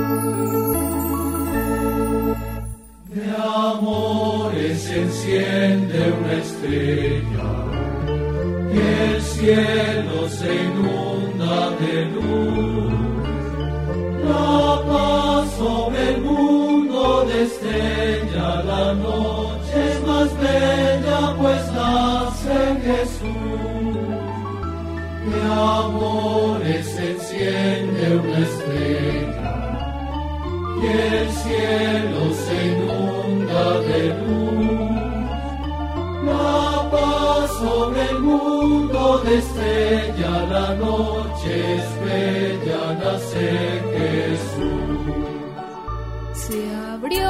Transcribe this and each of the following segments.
De amores se enciende una estrella, y el cielo se inunda de luz. La paz sobre el mundo destella, la noche es más bella, pues nace Jesús. De amores se enciende una estrella, y el cielo se inunda de luz. La paz sobre el mundo destella, la noche es bella, nace Jesús. Se abrió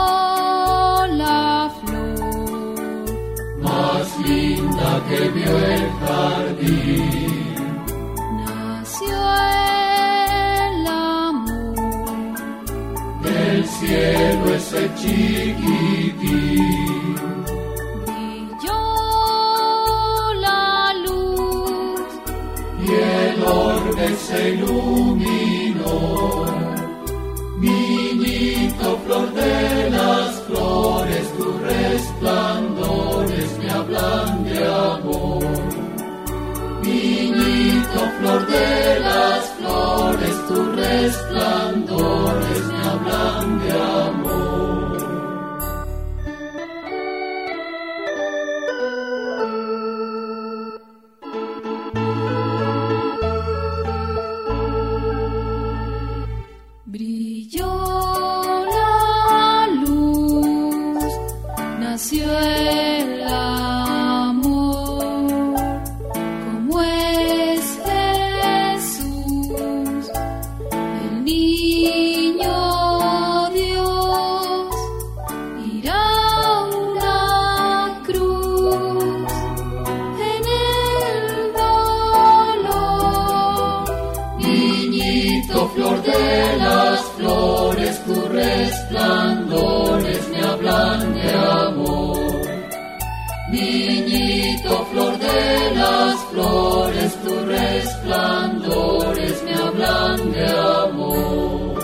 la flor más linda que vio el jardín. Nació el amor del cielo ese chiquitín. Brilló la luz Y el orbe se iluminó. Niñito, flor de las flores, tus resplandores me hablan de amor. Niñito, flor de las flores, tus resplandores me hablan de amor. brilló la luz, nació el amor, como es Jesús, el niño Dios, irá a una cruz en el dolor. Niñito, flor de las flores, tus resplandores me hablan de amor. Niñito, flor de las flores, tus resplandores me hablan de amor.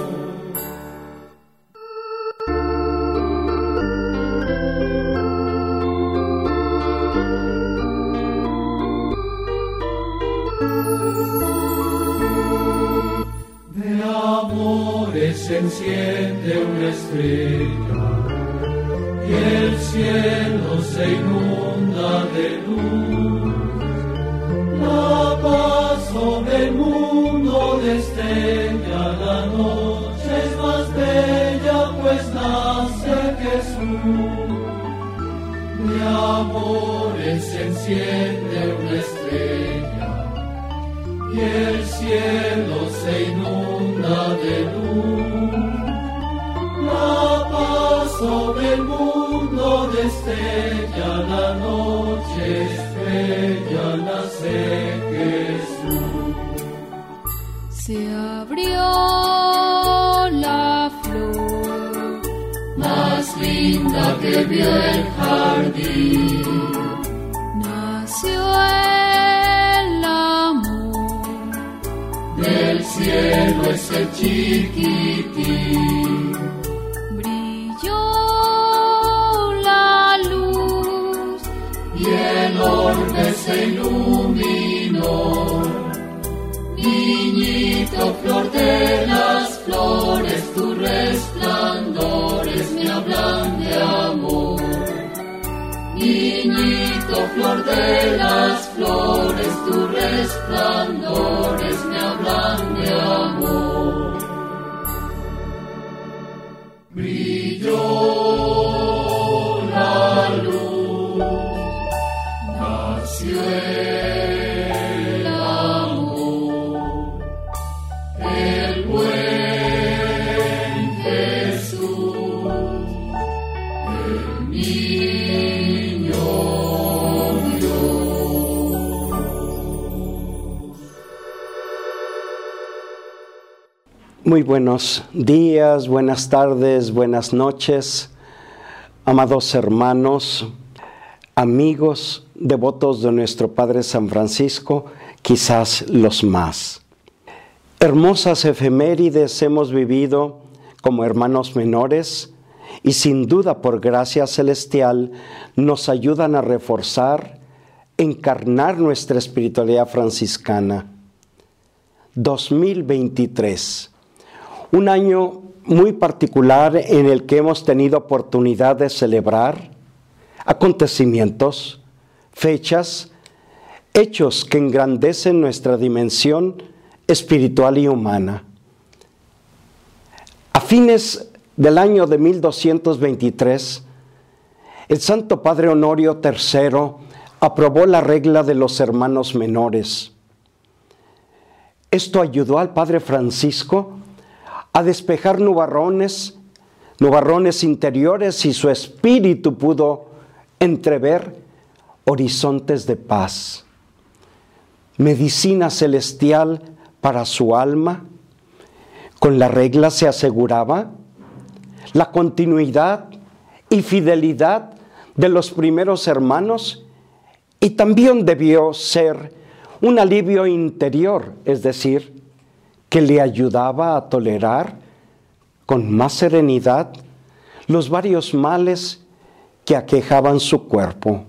De amores se enciende una estrella, y el cielo se inunda de luz. La paz sobre el mundo destella, la noche es más bella, pues nace Jesús. De amores se enciende una estrella, y el cielo se inunda de luz. La paz sobre el mundo destella, la noche es bella, nace Jesús. Se abrió la flor Más linda que vio el jardín. nació el amor, Del cielo ese chiquitín. brilló la luz Y el orbe se iluminó. Niñito, flor de las flores, tus resplandores me hablan de amor. Niñito, flor de las flores, tus resplandores me hablan de amor. Brilló la luz, nació el amor, el buen Jesús, el niño Dios. Muy buenos días, buenas tardes, buenas noches, amados hermanos, amigos, devotos de nuestro Padre San Francisco, quizás los más. Hermosas efemérides hemos vivido como hermanos menores y sin duda por gracia celestial nos ayudan a reforzar, encarnar nuestra espiritualidad franciscana. 2023, un año muy particular en el que hemos tenido oportunidad de celebrar acontecimientos, fechas, hechos que engrandecen nuestra dimensión espiritual y humana. A fines del año de 1223, el Santo Padre Honorio III aprobó la regla de los hermanos menores. Esto ayudó al Padre Francisco a despejar nubarrones interiores, y su espíritu pudo entrever horizontes de paz. Medicina celestial para su alma. Con la regla se aseguraba la continuidad y fidelidad de los primeros hermanos, y también debió ser un alivio interior, es decir, que le ayudaba a tolerar con más serenidad los varios males que aquejaban su cuerpo.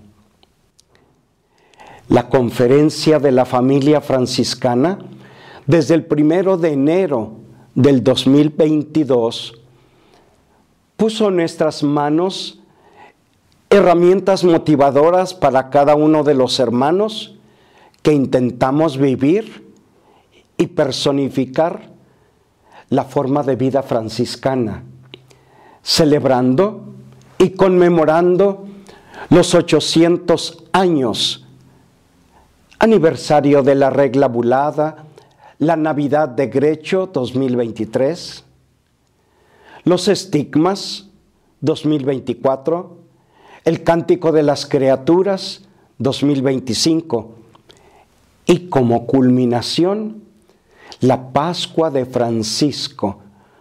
La conferencia de la familia franciscana, desde el 1 de enero del 2022, puso en nuestras manos herramientas motivadoras para cada uno de los hermanos que intentamos vivir y personificar la forma de vida franciscana, celebrando y conmemorando los 800 años, aniversario de la regla bulada, la Navidad de Grecho 2023, los estigmas 2024, el Cántico de las Criaturas 2025 y como culminación la Pascua de Francisco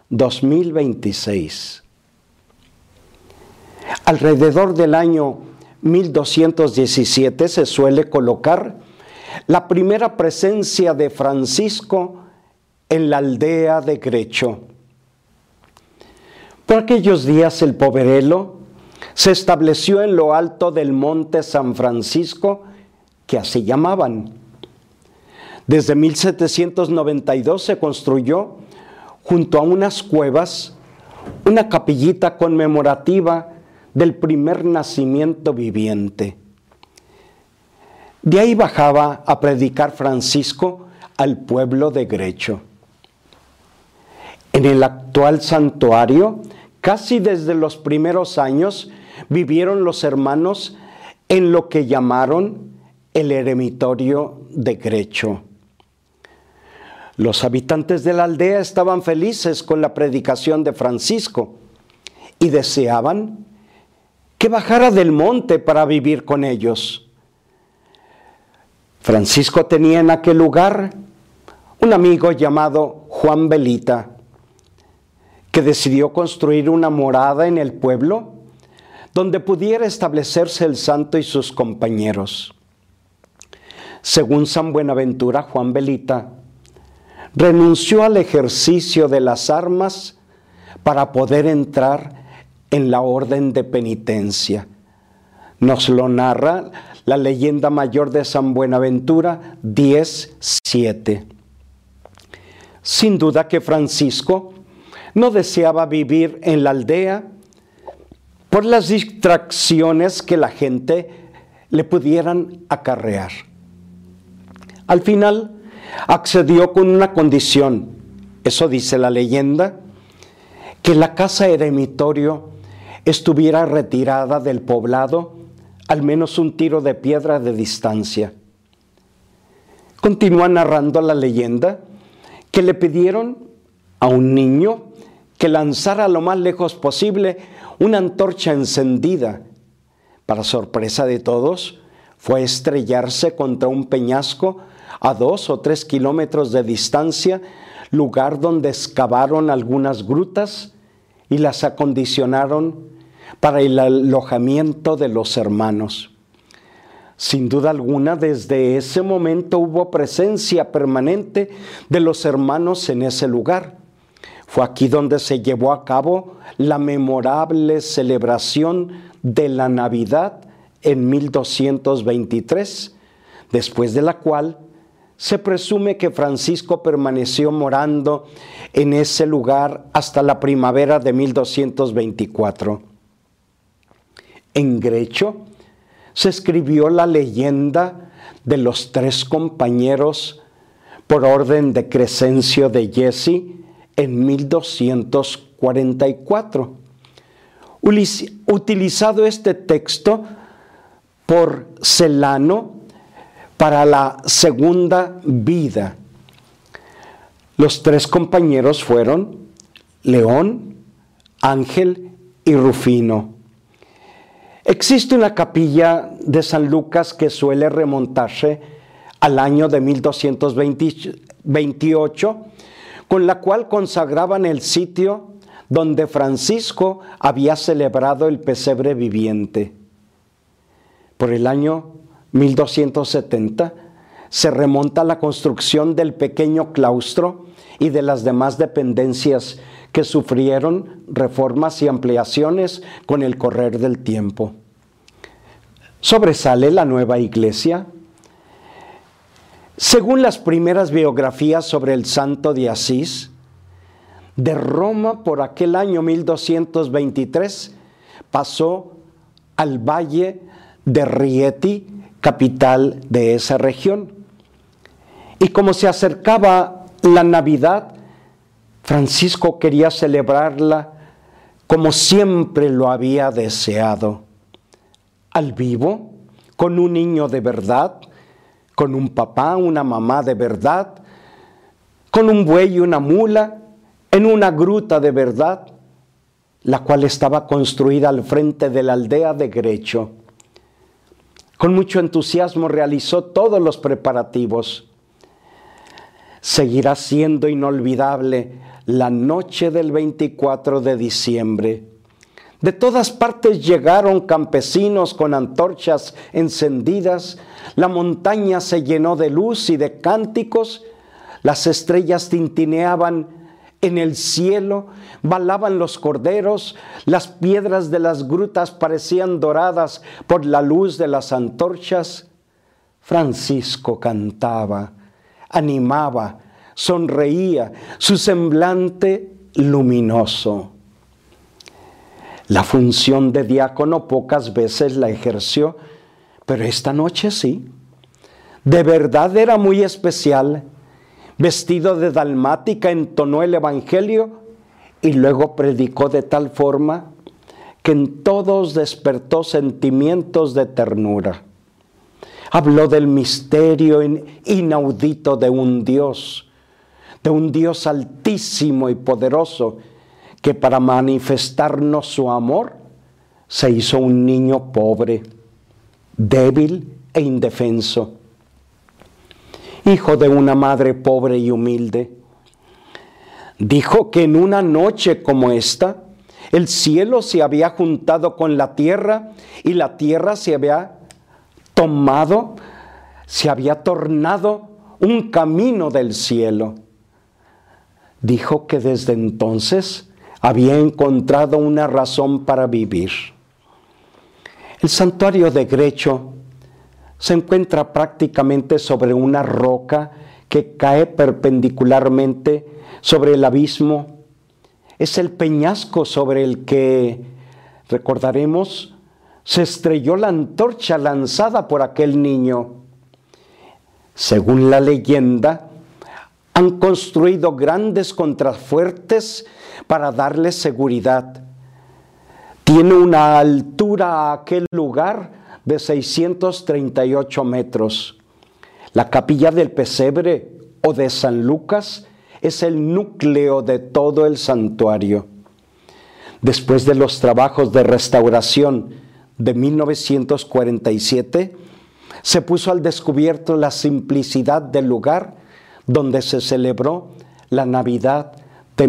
2026. Alrededor del año 1217 se suele colocar la primera presencia de Francisco en la aldea de Grecho. Por aquellos días el poverelo se estableció en lo alto del monte San Francisco, que así llamaban. Desde 1792 se construyó, junto a unas cuevas, una capillita conmemorativa del primer nacimiento viviente. De ahí bajaba a predicar Francisco al pueblo de Grecho. En el actual santuario, casi desde los primeros años, vivieron los hermanos en lo que llamaron el eremitorio de Grecho. Los habitantes de la aldea estaban felices con la predicación de Francisco y deseaban que bajara del monte para vivir con ellos. Francisco tenía en aquel lugar un amigo llamado Juan Belita, que decidió construir una morada en el pueblo donde pudiera establecerse el santo y sus compañeros. Según San Buenaventura, Juan Belita renunció al ejercicio de las armas para poder entrar en la orden de penitencia. Nos lo narra la leyenda mayor de San Buenaventura 10:7. Sin duda que Francisco no deseaba vivir en la aldea por las distracciones que la gente le pudieran acarrear. Al final accedió con una condición, eso dice la leyenda, que la casa eremitorio estuviera retirada del poblado al menos un tiro de piedra de distancia. Continúa narrando la leyenda que le pidieron a un niño que lanzara lo más lejos posible una antorcha encendida. Para sorpresa de todos, fue a estrellarse contra un peñasco a 2 o 3 kilómetros de distancia, lugar donde excavaron algunas grutas y las acondicionaron para el alojamiento de los hermanos. Sin duda alguna, desde ese momento hubo presencia permanente de los hermanos en ese lugar. Fue aquí donde se llevó a cabo la memorable celebración de la Navidad en 1223, después de la cual se presume que Francisco permaneció morando en ese lugar hasta la primavera de 1224. En Grecho se escribió la leyenda de los 3 compañeros por orden de Crescencio de Jesi en 1244. Utilizado este texto por Celano para la segunda vida. Los 3 compañeros fueron León, Ángel y Rufino. Existe una capilla de San Lucas que suele remontarse al año de 1228, con la cual consagraban el sitio donde Francisco había celebrado el pesebre viviente. Por el año 1270 se remonta la construcción del pequeño claustro y de las demás dependencias que sufrieron reformas y ampliaciones con el correr del tiempo. Sobresale la nueva iglesia. Según las primeras biografías sobre el santo de Asís, de Roma por aquel año 1223 pasó al valle de Rieti, capital de esa región. Y como se acercaba la Navidad, Francisco quería celebrarla como siempre lo había deseado, al vivo, con un niño de verdad, con un papá, una mamá de verdad, con un buey y una mula, en una gruta de verdad, la cual estaba construida al frente de la aldea de Grecho. Con mucho entusiasmo realizó todos los preparativos. Seguirá siendo inolvidable la noche del 24 de diciembre. De todas partes llegaron campesinos con antorchas encendidas, la montaña se llenó de luz y de cánticos, las estrellas tintineaban en el cielo, balaban los corderos, las piedras de las grutas parecían doradas por la luz de las antorchas. Francisco cantaba, animaba, sonreía, su semblante luminoso. La función de diácono pocas veces la ejerció, pero esta noche sí. De verdad era muy especial. Vestido de dalmática entonó el evangelio y luego predicó de tal forma que en todos despertó sentimientos de ternura. Habló del misterio inaudito de un Dios altísimo y poderoso, que para manifestarnos su amor se hizo un niño pobre, débil e indefenso, hijo de una madre pobre y humilde. Dijo que en una noche como esta, el cielo se había juntado con la tierra y la tierra se había tornado un camino del cielo. Dijo que desde entonces había encontrado una razón para vivir. El santuario de Grecho se encuentra prácticamente sobre una roca que cae perpendicularmente sobre el abismo. Es el peñasco sobre el que, recordaremos, se estrelló la antorcha lanzada por aquel niño. Según la leyenda, han construido grandes contrafuertes para darle seguridad. Tiene una altura a aquel lugar de 638 metros. La capilla del pesebre o de San Lucas es el núcleo de todo el santuario. Después de los trabajos de restauración de 1947, se puso al descubierto la simplicidad del lugar donde se celebró la Navidad de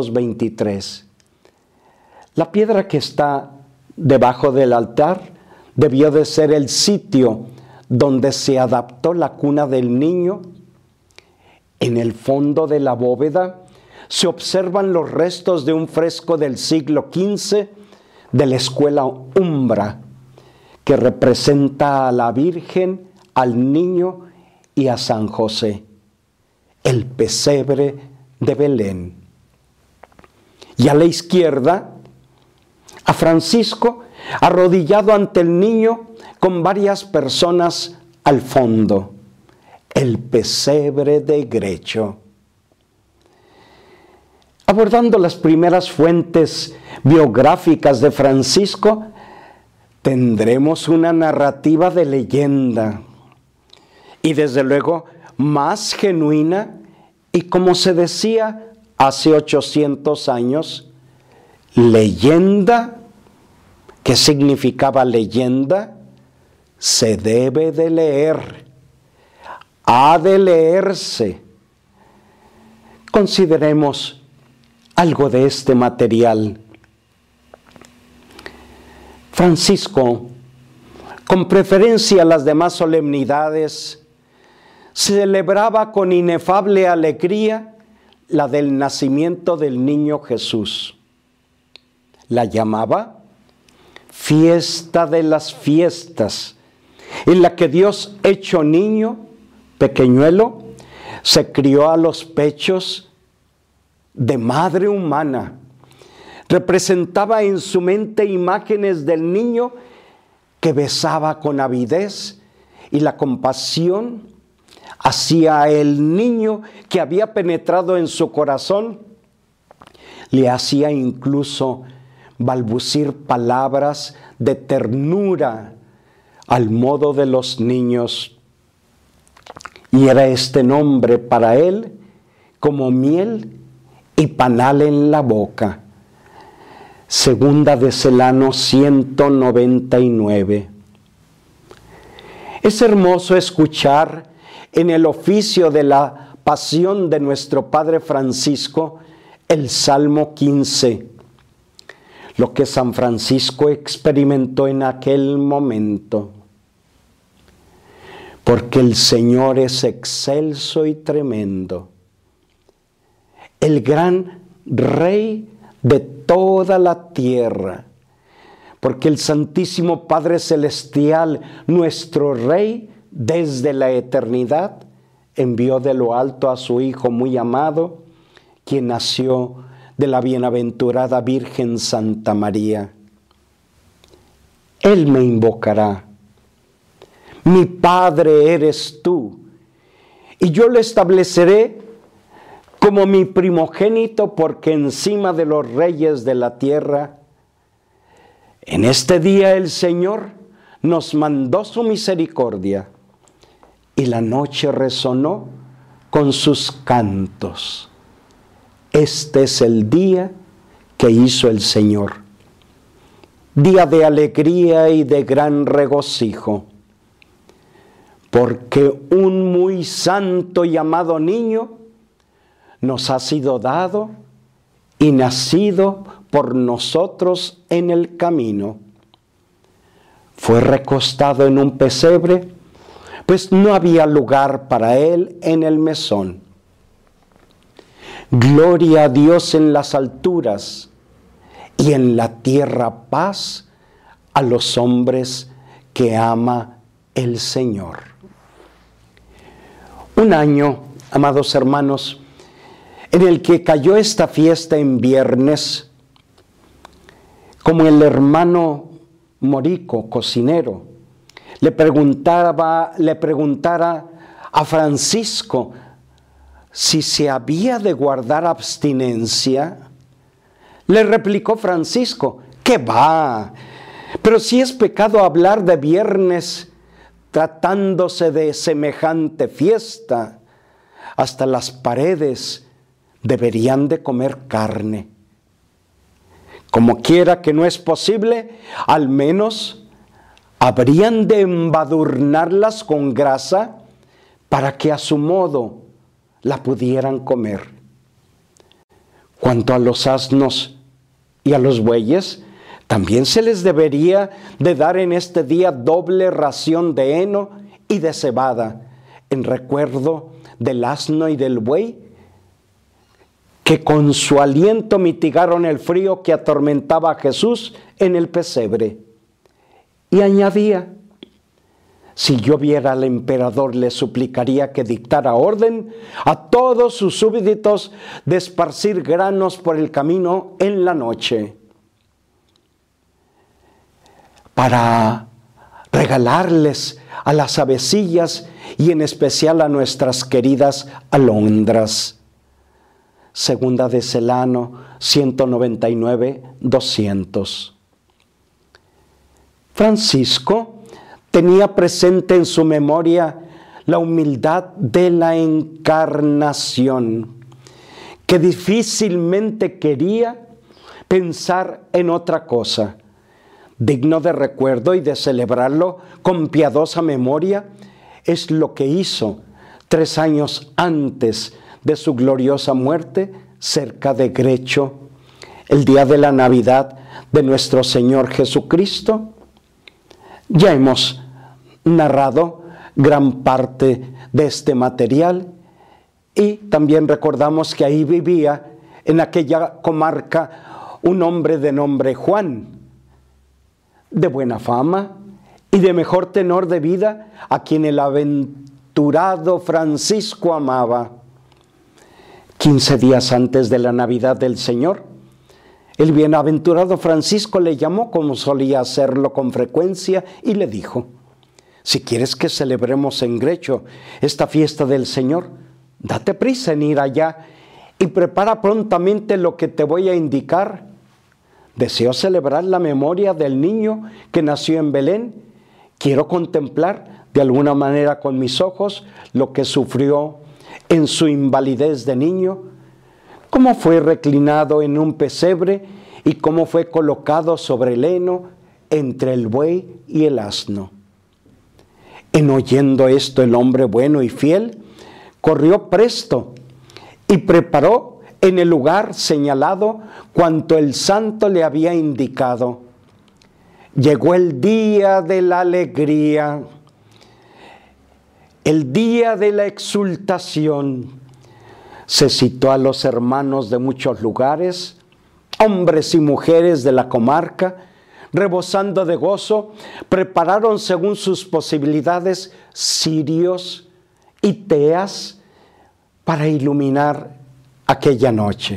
1223. La piedra que está debajo del altar debió de ser el sitio donde se adaptó la cuna del niño. En el fondo de la bóveda se observan los restos de un fresco del siglo XV de la escuela Umbra, que representa a la Virgen, al niño y a San José, el pesebre de Belén. Y a la izquierda, a Francisco arrodillado ante el niño con varias personas al fondo, el pesebre de Grecho. Abordando las primeras fuentes biográficas de Francisco, tendremos una narrativa de leyenda y desde luego más genuina y, como se decía hace 800 años, leyenda. ¿Qué significaba leyenda? Se debe de leer, ha de leerse. Consideremos algo de este material. Francisco, con preferencia a las demás solemnidades, celebraba con inefable alegría la del nacimiento del niño Jesús. La llamaba fiesta de las fiestas, en la que Dios, hecho niño, pequeñuelo, se crió a los pechos de madre humana. Representaba en su mente imágenes del niño que besaba con avidez, y la compasión hacia el niño que había penetrado en su corazón le hacía incluso balbucir palabras de ternura al modo de los niños. Y era este nombre para él como miel y panal en la boca. Segunda de Celano 199. Es hermoso escuchar en el oficio de la pasión de nuestro Padre Francisco el Salmo 15, lo que San Francisco experimentó en aquel momento. Porque el Señor es excelso y tremendo, el gran Rey de toda la tierra, porque el Santísimo Padre Celestial, nuestro Rey, desde la eternidad, envió de lo alto a su Hijo muy amado, quien nació de la bienaventurada Virgen Santa María. Él me invocará. Mi Padre eres tú, y yo lo estableceré como mi primogénito, porque encima de los reyes de la tierra, en este día el Señor nos mandó su misericordia, y la noche resonó con sus cantos. Este es el día que hizo el Señor, día de alegría y de gran regocijo, porque un muy santo y amado niño nos ha sido dado y nacido por nosotros en el camino. Fue recostado en un pesebre, pues no había lugar para él en el mesón. Gloria a Dios en las alturas, y en la tierra paz a los hombres que ama el Señor. Un año, amados hermanos, en el que cayó esta fiesta en viernes, como el hermano Morico, cocinero, le preguntara a Francisco si se había de guardar abstinencia, le replicó Francisco: ¿qué va? Pero si es pecado hablar de viernes tratándose de semejante fiesta, hasta las paredes deberían de comer carne. Como quiera que no es posible, al menos habrían de embadurnarlas con grasa para que a su modo la pudieran comer. Cuanto a los asnos y a los bueyes, También se les debería de dar en este día doble ración de heno y de cebada, en recuerdo del asno y del buey, que con su aliento mitigaron el frío que atormentaba a Jesús en el pesebre. Y añadía: si yo viera al emperador, le suplicaría que dictara orden a todos sus súbditos de esparcir granos por el camino en la noche, para regalarles a las avecillas y en especial a nuestras queridas alondras. Segunda de Celano 199-200. Francisco tenía presente en su memoria la humildad de la encarnación, que difícilmente quería pensar en otra cosa. Digno de recuerdo y de celebrarlo con piadosa memoria es lo que hizo 3 años antes de su gloriosa muerte cerca de Grecho, el día de la Navidad de nuestro Señor Jesucristo. Ya hemos narrado gran parte de este material y también recordamos que ahí vivía en aquella comarca un hombre de nombre Juan, de buena fama y de mejor tenor de vida, a quien el aventurado Francisco amaba. 15 días antes de la Navidad del Señor, el bienaventurado Francisco le llamó, como solía hacerlo con frecuencia, y le dijo: si quieres que celebremos en Grecho esta fiesta del Señor, date prisa en ir allá y prepara prontamente lo que te voy a indicar. Deseo celebrar la memoria del niño que nació en Belén. Quiero contemplar de alguna manera con mis ojos lo que sufrió en su invalidez de niño, cómo fue reclinado en un pesebre y cómo fue colocado sobre el heno entre el buey y el asno. En oyendo esto, el hombre bueno y fiel corrió presto y preparó en el lugar señalado cuanto el santo le había indicado. Llegó el día de la alegría, el día de la exultación. Se citó a los hermanos de muchos lugares, hombres y mujeres de la comarca, rebosando de gozo, prepararon según sus posibilidades cirios y teas para iluminar aquella noche.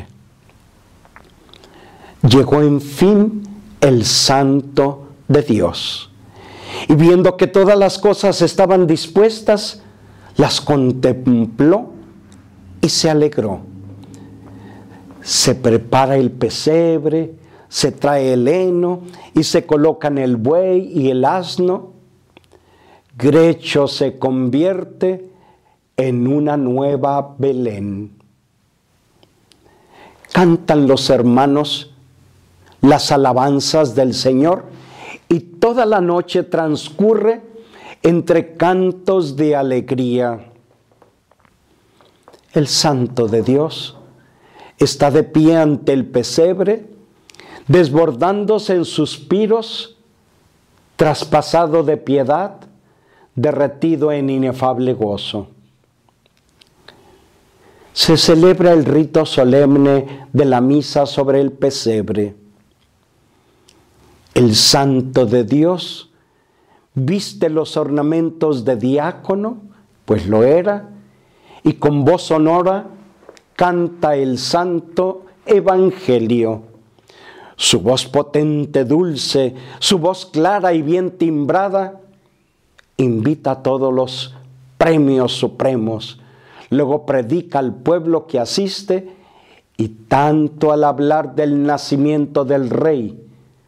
Llegó en fin el Santo de Dios, y viendo que todas las cosas estaban dispuestas, las contempló y se alegró. Se prepara el pesebre, se trae el heno y se colocan el buey y el asno. Grecho se convierte en una nueva Belén. Cantan los hermanos las alabanzas del Señor y toda la noche transcurre entre cantos de alegría. El Santo de Dios está de pie ante el pesebre, desbordándose en suspiros, traspasado de piedad, derretido en inefable gozo. Se celebra el rito solemne de la misa sobre el pesebre. El Santo de Dios viste los ornamentos de diácono, pues lo era, y con voz sonora canta el santo evangelio. Su voz potente, dulce, su voz clara y bien timbrada, invita a todos los premios supremos. Luego predica al pueblo que asiste, y tanto al hablar del nacimiento del rey,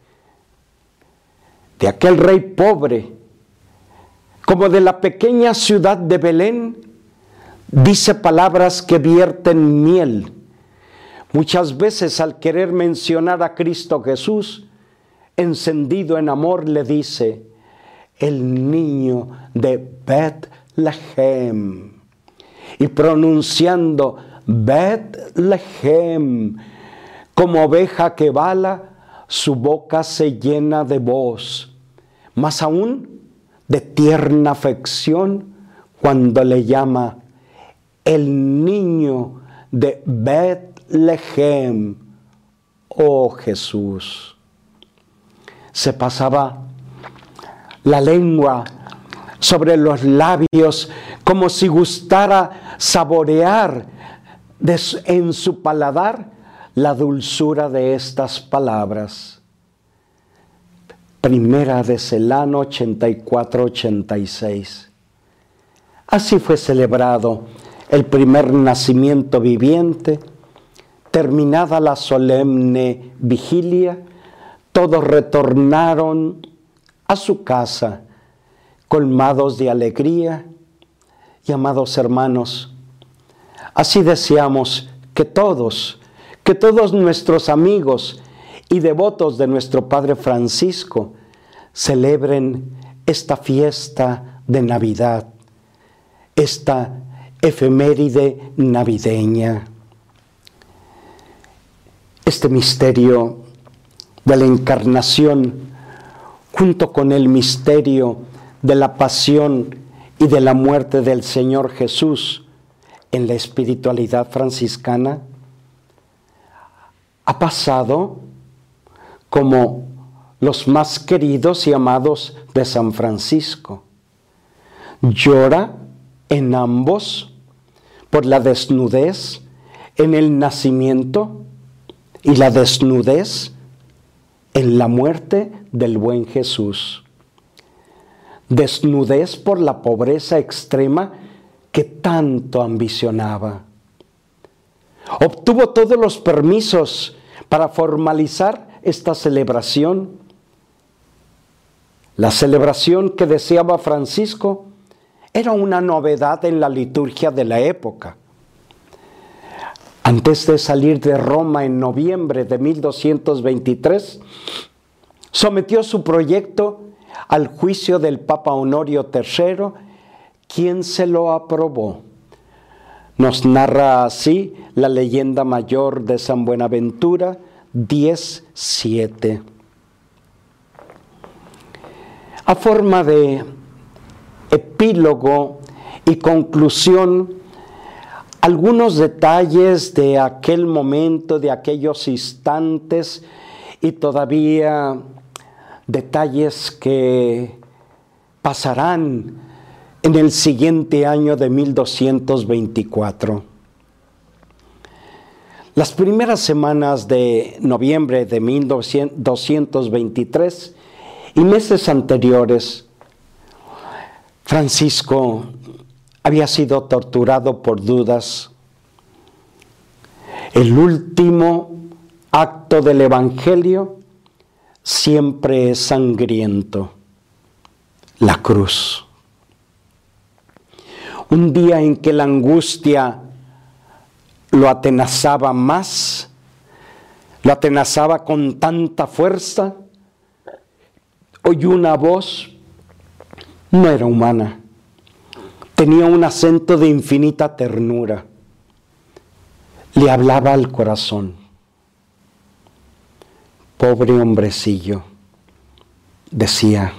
de aquel rey pobre, como de la pequeña ciudad de Belén, dice palabras que vierten miel. Muchas veces al querer mencionar a Cristo Jesús, encendido en amor, le dice: el niño de Betlehem. Y pronunciando Betlehem como oveja que bala, su boca se llena de voz, más aún de tierna afección cuando le llama el niño de Betlehem, oh Jesús. Se pasaba la lengua sobre los labios como si gustara saborear en su paladar la dulzura de estas palabras. Primera de Celano 84-86. Así fue celebrado el primer nacimiento viviente. Terminada la solemne vigilia, todos retornaron a su casa, colmados de alegría. Y amados hermanos, así deseamos que todos nuestros amigos y devotos de nuestro Padre Francisco celebren esta fiesta de Navidad, esta efeméride navideña. Este misterio de la encarnación, junto con el misterio de la pasión y de la muerte del Señor Jesús en la espiritualidad franciscana, ha pasado como los más queridos y amados de San Francisco. Llora en ambos por la desnudez en el nacimiento y la desnudez en la muerte del buen Jesús. Desnudez por la pobreza extrema que tanto ambicionaba. Obtuvo todos los permisos para formalizar esta celebración. La celebración que deseaba Francisco era una novedad en la liturgia de la época. Antes de salir de Roma en noviembre de 1223, sometió su proyecto al juicio del Papa Honorio III, quien se lo aprobó. Nos narra así la leyenda mayor de San Buenaventura 10:7. A forma de epílogo y conclusión, algunos detalles de aquel momento, de aquellos instantes, y todavía detalles que pasarán en el siguiente año de 1224. Las primeras semanas de noviembre de 1223 y meses anteriores, Francisco había sido torturado por dudas. El último acto del Evangelio siempre es sangriento: la cruz. Un día en que la angustia lo atenazaba más, lo atenazaba con tanta fuerza, oyó una voz. No era humana, tenía un acento de infinita ternura, le hablaba al corazón. Pobre hombrecillo, decía,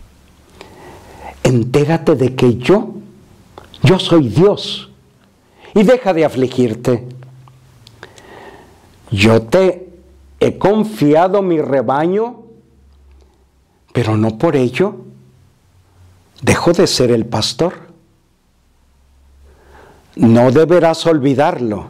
entérate de que yo soy Dios y deja de afligirte. Yo te he confiado mi rebaño, pero no por ello dejo de ser el pastor. No deberás olvidarlo.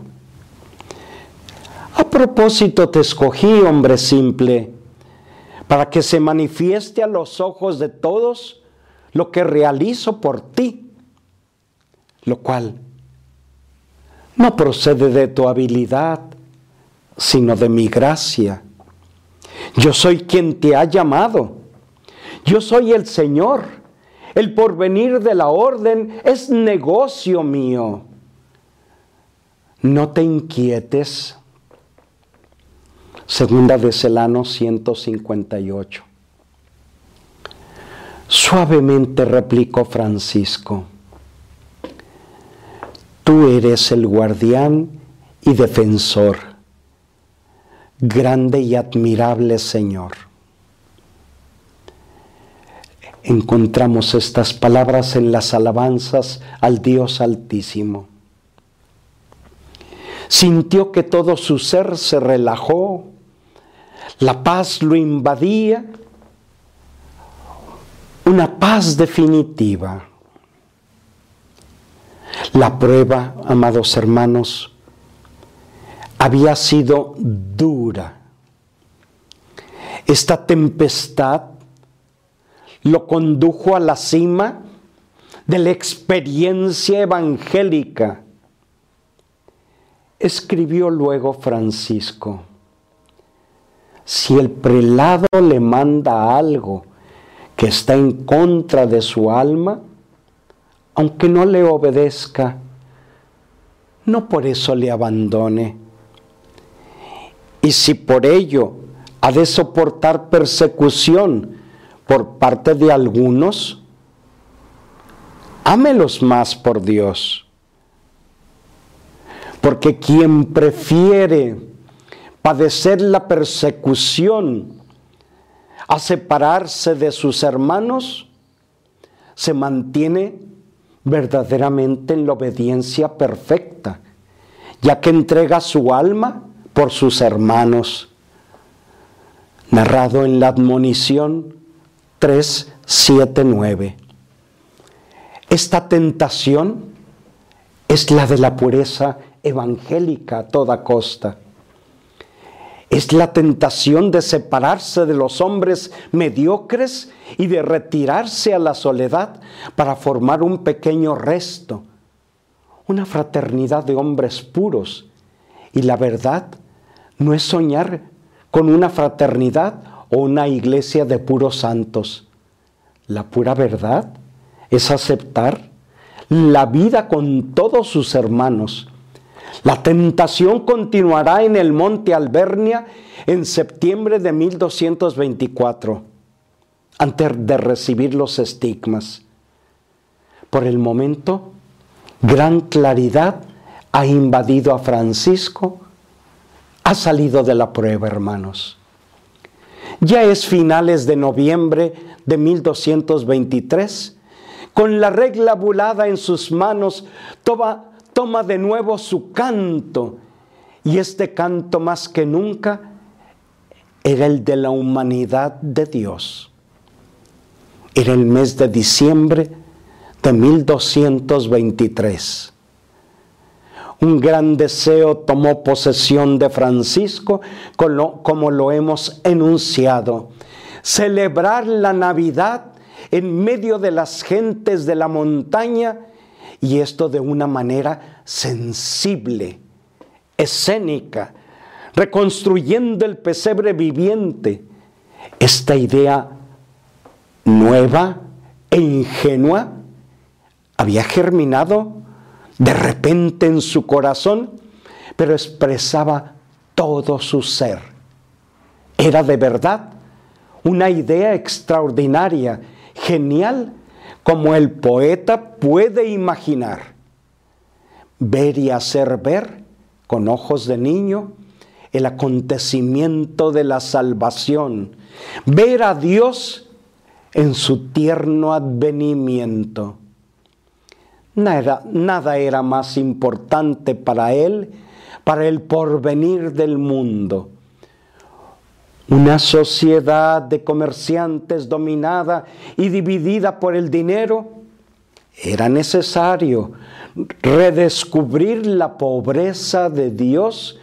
A propósito te escogí, hombre simple, para que se manifieste a los ojos de todos lo que realizo por ti, lo cual no procede de tu habilidad, sino de mi gracia. Yo soy quien te ha llamado. Yo soy el Señor. El porvenir de la orden es negocio mío. No te inquietes. Segunda de Celano 158. Suavemente replicó Francisco: tú eres el guardián y defensor, grande y admirable Señor. Encontramos estas palabras en las alabanzas al Dios Altísimo. Sintió que todo su ser se relajó, la paz lo invadía, una paz definitiva. La prueba, amados hermanos, había sido dura. Esta tempestad lo condujo a la cima de la experiencia evangélica. Escribió luego Francisco: si el prelado le manda algo que está en contra de su alma, aunque no le obedezca, no por eso le abandone. Y si por ello ha de soportar persecución por parte de algunos, ámelos más por Dios. Porque quien prefiere padecer la persecución a separarse de sus hermanos, se mantiene verdaderamente en la obediencia perfecta, ya que entrega su alma por sus hermanos. Narrado en la admonición 3, 7, 9. Esta tentación es la de la pureza evangélica a toda costa. Es la tentación de separarse de los hombres mediocres y de retirarse a la soledad para formar un pequeño resto, una fraternidad de hombres puros. Y la verdad no es soñar con una fraternidad o una iglesia de puros santos. La pura verdad es aceptar la vida con todos sus hermanos. La tentación continuará en el monte Albernia en septiembre de 1224, antes de recibir los estigmas. Por el momento, gran claridad ha invadido a Francisco, ha salido de la prueba, hermanos. Ya es finales de noviembre de 1223, con la regla bulada en sus manos, toma de nuevo su canto, y este canto más que nunca era el de la humanidad de Dios. Era el mes de diciembre de 1223. Un gran deseo tomó posesión de Francisco, como lo hemos enunciado: celebrar la Navidad en medio de las gentes de la montaña, y esto de una manera sensible, escénica, reconstruyendo el pesebre viviente. Esta idea nueva e ingenua había germinado de repente en su corazón, pero expresaba todo su ser. Era de verdad una idea extraordinaria, genial, como el poeta puede imaginar. Ver y hacer ver con ojos de niño el acontecimiento de la salvación. Ver a Dios en su tierno advenimiento. Nada era más importante para él, para el porvenir del mundo. Una sociedad de comerciantes dominada y dividida por el dinero, era necesario redescubrir la pobreza de Dios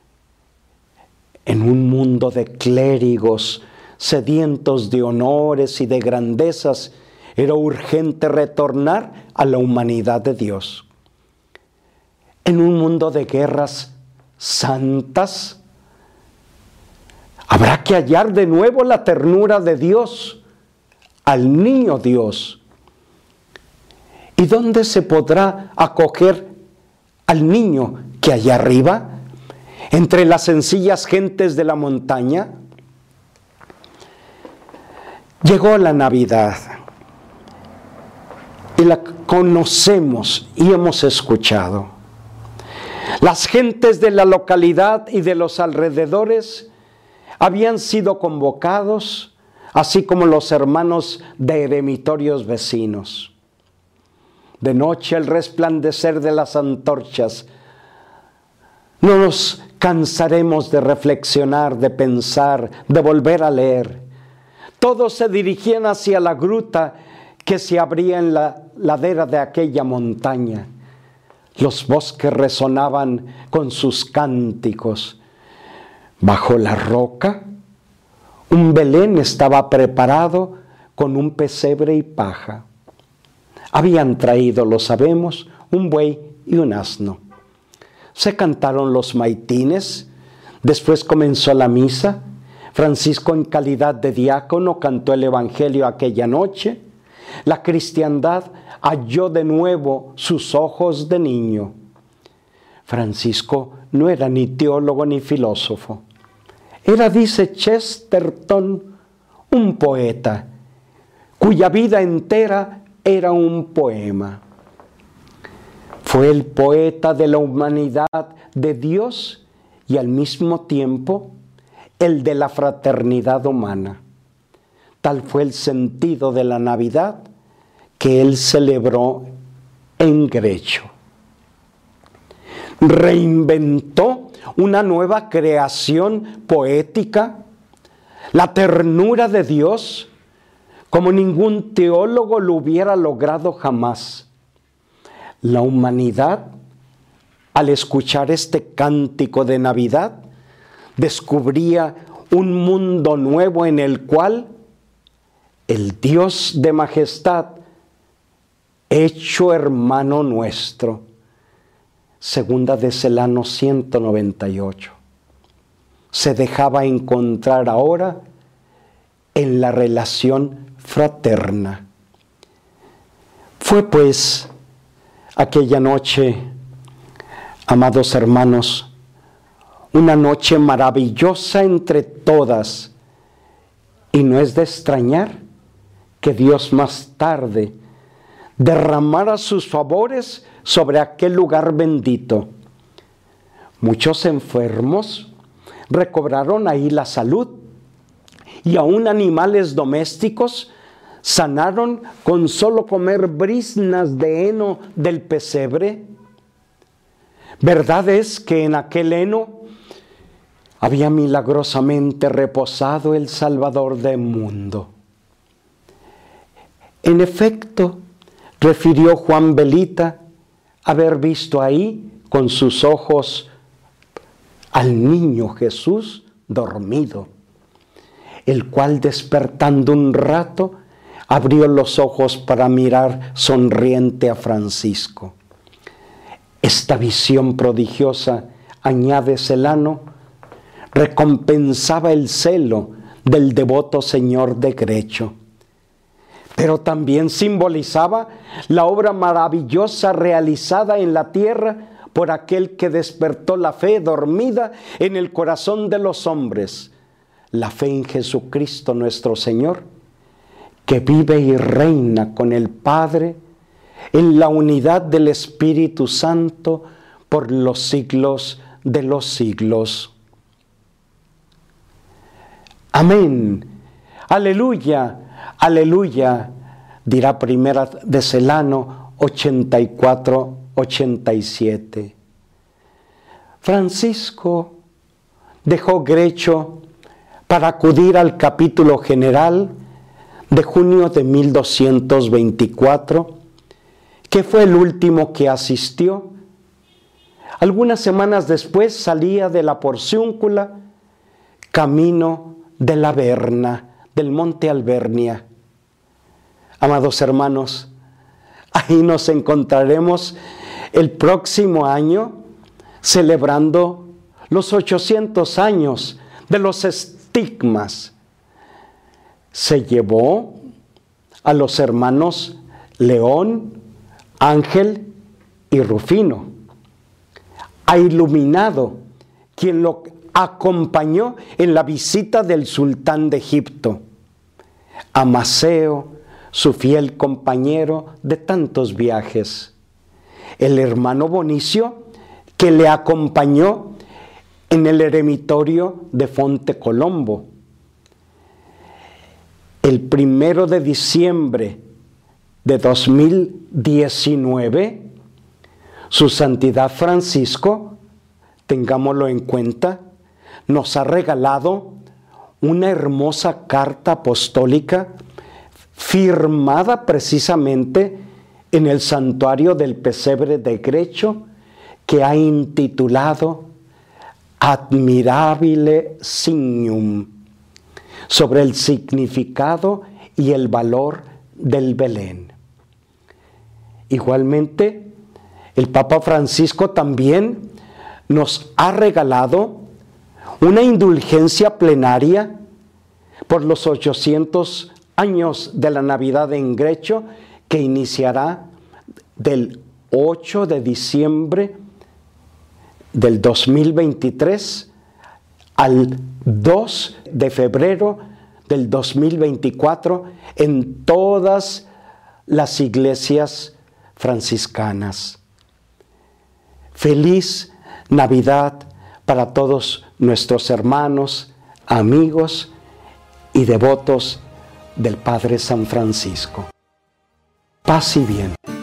en un mundo de clérigos sedientos de honores y de grandezas. Era urgente retornar a la humanidad de Dios. En un mundo de guerras santas, habrá que hallar de nuevo la ternura de Dios al niño Dios. ¿Y dónde se podrá acoger al niño que allá arriba, entre las sencillas gentes de la montaña? Llegó la Navidad y la conocemos y hemos escuchado. Las gentes de la localidad y de los alrededores habían sido convocados, así como los hermanos de eremitorios vecinos. De noche el resplandecer de las antorchas. No nos cansaremos de reflexionar, de pensar, de volver a leer. Todos se dirigían hacia la gruta que se abría en la ladera de aquella montaña. Los bosques resonaban con sus cánticos. Bajo la roca, un Belén estaba preparado con un pesebre y paja. Habían traído, lo sabemos, un buey y un asno. Se cantaron los maitines, después comenzó la misa. Francisco, en calidad de diácono, cantó el evangelio aquella noche. La cristiandad halló de nuevo sus ojos de niño. Francisco no era ni teólogo ni filósofo. Era, dice Chesterton, un poeta, cuya vida entera era un poema. Fue el poeta de la humanidad de Dios y al mismo tiempo el de la fraternidad humana. Tal fue el sentido de la Navidad que él celebró en Grecho. Reinventó una nueva creación poética, la ternura de Dios, como ningún teólogo lo hubiera logrado jamás. La humanidad, al escuchar este cántico de Navidad, descubría un mundo nuevo en el cual el Dios de majestad, hecho hermano nuestro, segunda de Celano 198, se dejaba encontrar ahora en la relación fraterna. Fue pues aquella noche, amados hermanos, una noche maravillosa entre todas, y no es de extrañar que Dios más tarde derramara sus favores sobre aquel lugar bendito. Muchos enfermos recobraron ahí la salud, y aún animales domésticos sanaron con solo comer briznas de heno del pesebre. Verdad es que en aquel heno había milagrosamente reposado el Salvador del mundo. En efecto, refirió Juan Belita haber visto ahí con sus ojos al niño Jesús dormido, el cual, despertando un rato, abrió los ojos para mirar sonriente a Francisco. Esta visión prodigiosa, añade Celano, recompensaba el celo del devoto señor de Grecho, pero también simbolizaba la obra maravillosa realizada en la tierra por aquel que despertó la fe dormida en el corazón de los hombres, la fe en Jesucristo nuestro Señor, que vive y reina con el Padre en la unidad del Espíritu Santo por los siglos de los siglos. Amén. Aleluya. Aleluya, dirá Primera de Celano 84-87. Francisco dejó Grecho para acudir al capítulo general de junio de 1224, que fue el último que asistió. Algunas semanas después salía de la Porciúncula, camino de la Berna, del monte Albernia. Amados hermanos, ahí nos encontraremos el próximo año celebrando los 800 años de los estigmas. Se llevó a los hermanos León, Ángel y Rufino. A Iluminado, quien lo acompañó en la visita del sultán de Egipto. A Maceo, su fiel compañero de tantos viajes. El hermano Bonicio que le acompañó en el eremitorio de Fonte Colombo. El 1 de diciembre de 2019, Su Santidad Francisco, tengámoslo en cuenta, nos ha regalado una hermosa carta apostólica firmada precisamente en el santuario del Pesebre de Grecho, que ha intitulado Admirabile Signum, sobre el significado y el valor del Belén. Igualmente, el Papa Francisco también nos ha regalado una indulgencia plenaria por los 800 años de la Navidad en Grecho, que iniciará del 8 de diciembre del 2023 al 2 de febrero del 2024 en todas las iglesias franciscanas. Feliz Navidad para todos nuestros hermanos, amigos y devotos del Padre San Francisco. Paz y bien.